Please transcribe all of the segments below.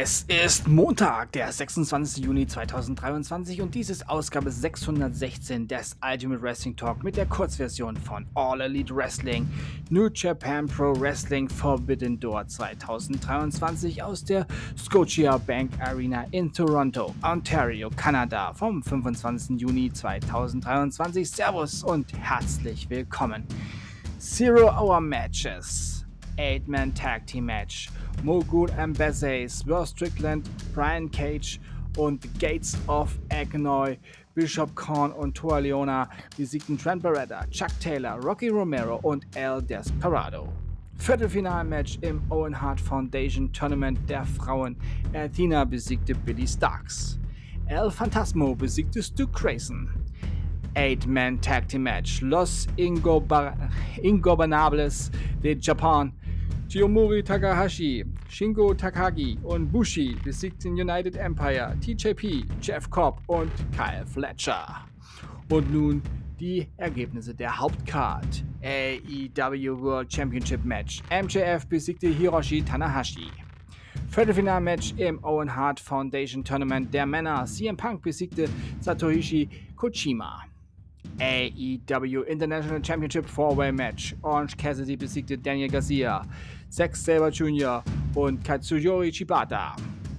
Es ist Montag, der 26. Juni 2023 und dies ist Ausgabe 616 des Ultimate Wrestling Talk mit der Kurzversion von All Elite Wrestling, New Japan Pro Wrestling Forbidden Door 2023 aus der Scotiabank Arena in Toronto, Ontario, Kanada vom 25. Juni 2023. Servus und herzlich willkommen. Zero Hour Matches, 8-Man Tag Team Match, Mogul Embasses vs. Strickland, Brian Cage und The Gates of Agony, Bishop Korn und Toa Leona besiegten Trent Beretta, Chuck Taylor, Rocky Romero und El Desperado. Viertelfinalmatch im Owen Hart Foundation Tournament der Frauen. Athena besiegte Billy Starks. El Phantasmo besiegte Stu Grayson. 8-Man Tag Team Match, Los Ingobernables de Japan, Tomohiro Takahashi, Shingo Takagi und Bushi besiegten United Empire, TJP, Jeff Cobb und Kyle Fletcher. Und nun die Ergebnisse der Hauptcard. AEW World Championship Match, MJF besiegte Hiroshi Tanahashi. Viertelfinalmatch im Owen Hart Foundation Tournament der Männer, CM Punk besiegte Satoshi Kojima. AEW International Championship 4-Way Match, Orange Cassidy besiegte Daniel Garcia, Zack Sabre Jr. und Katsuyori Shibata.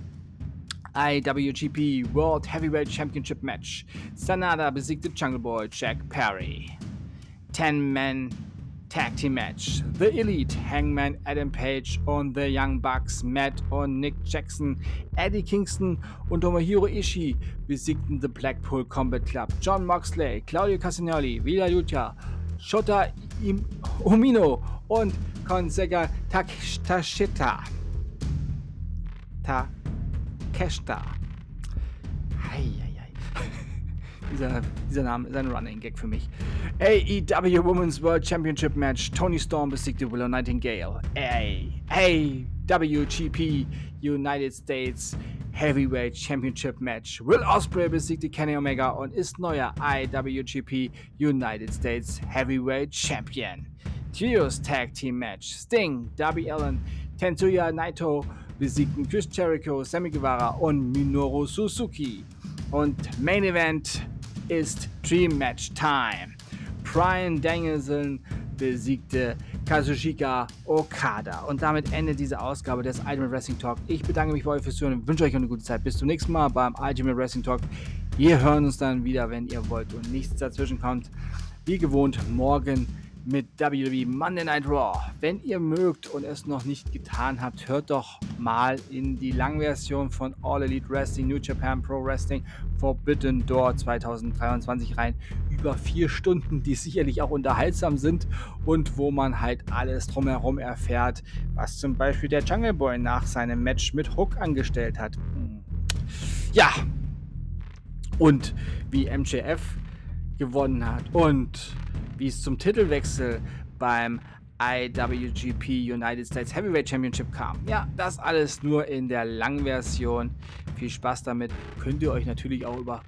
IWGP World Heavyweight Championship Match, Sanada besiegte Jungle Boy Jack Perry. 10-Man Tag Team Match, The Elite, Hangman Adam Page und The Young Bucks, Matt und Nick Jackson, Eddie Kingston und Tomohiro Ishii besiegten The Blackpool Combat Club, Jon Moxley, Claudio Castagnoli, Wheeler Yuta, Shota Umino und Konsega Takeshita. Dieser Name ist ein Running Gag für mich. AEW Women's World Championship Match, Toni Storm besiegte Willow Nightingale. AWGP United States Heavyweight Championship Match, Will Ospreay besiegte Kenny Omega und ist neuer IWGP United States Heavyweight Champion. Trios Tag Team Match, Sting, Darby Allin, Tetsuya Naito besiegten Chris Jericho, Sammy Guevara und Minoru Suzuki. Und Main Event ist Dream Match Time. Bryan Danielson besiegte Kazuchika Okada. Und damit endet diese Ausgabe des Ultimate Wrestling Talk. Ich bedanke mich bei euch fürs Zuhören und wünsche euch eine gute Zeit. Bis zum nächsten Mal beim Ultimate Wrestling Talk. Wir hören uns dann wieder, wenn ihr wollt und nichts dazwischen kommt. Wie gewohnt morgen mit WWE Monday Night Raw. Wenn ihr mögt und es noch nicht getan habt, hört doch mal in die Langversion von All Elite Wrestling, New Japan Pro Wrestling Forbidden Door 2023 rein. Über 4 Stunden, die sicherlich auch unterhaltsam sind und wo man halt alles drumherum erfährt, was zum Beispiel der Jungle Boy nach seinem Match mit Hook angestellt hat. Ja, und wie MJF gewonnen hat und wie es zum Titelwechsel beim IWGP United States Heavyweight Championship kam. Ja, das alles nur in der Langversion. Viel Spaß damit. Könnt ihr euch natürlich auch über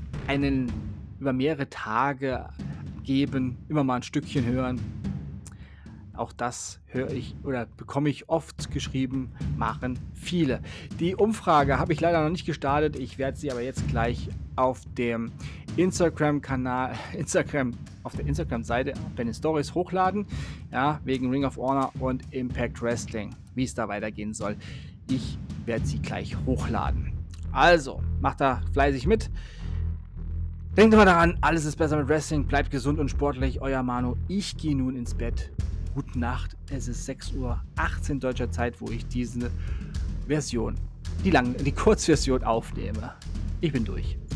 mehrere Tage geben, immer mal ein Stückchen hören. Auch das höre ich oder bekomme ich oft geschrieben, machen viele. Die Umfrage habe ich leider noch nicht gestartet. Ich werde sie aber jetzt gleich auf dem Instagram-Kanal, auf der Instagram-Seite bei den Stories hochladen. Ja, wegen Ring of Honor und Impact Wrestling, wie es da weitergehen soll. Ich werde sie gleich hochladen. Also, macht da fleißig mit. Denkt immer daran, alles ist besser mit Wrestling. Bleibt gesund und sportlich. Euer Manu. Ich gehe nun ins Bett. Gute Nacht. Es ist 6:18 Uhr deutscher Zeit, wo ich diese Version, die Kurzversion aufnehme. Ich bin durch.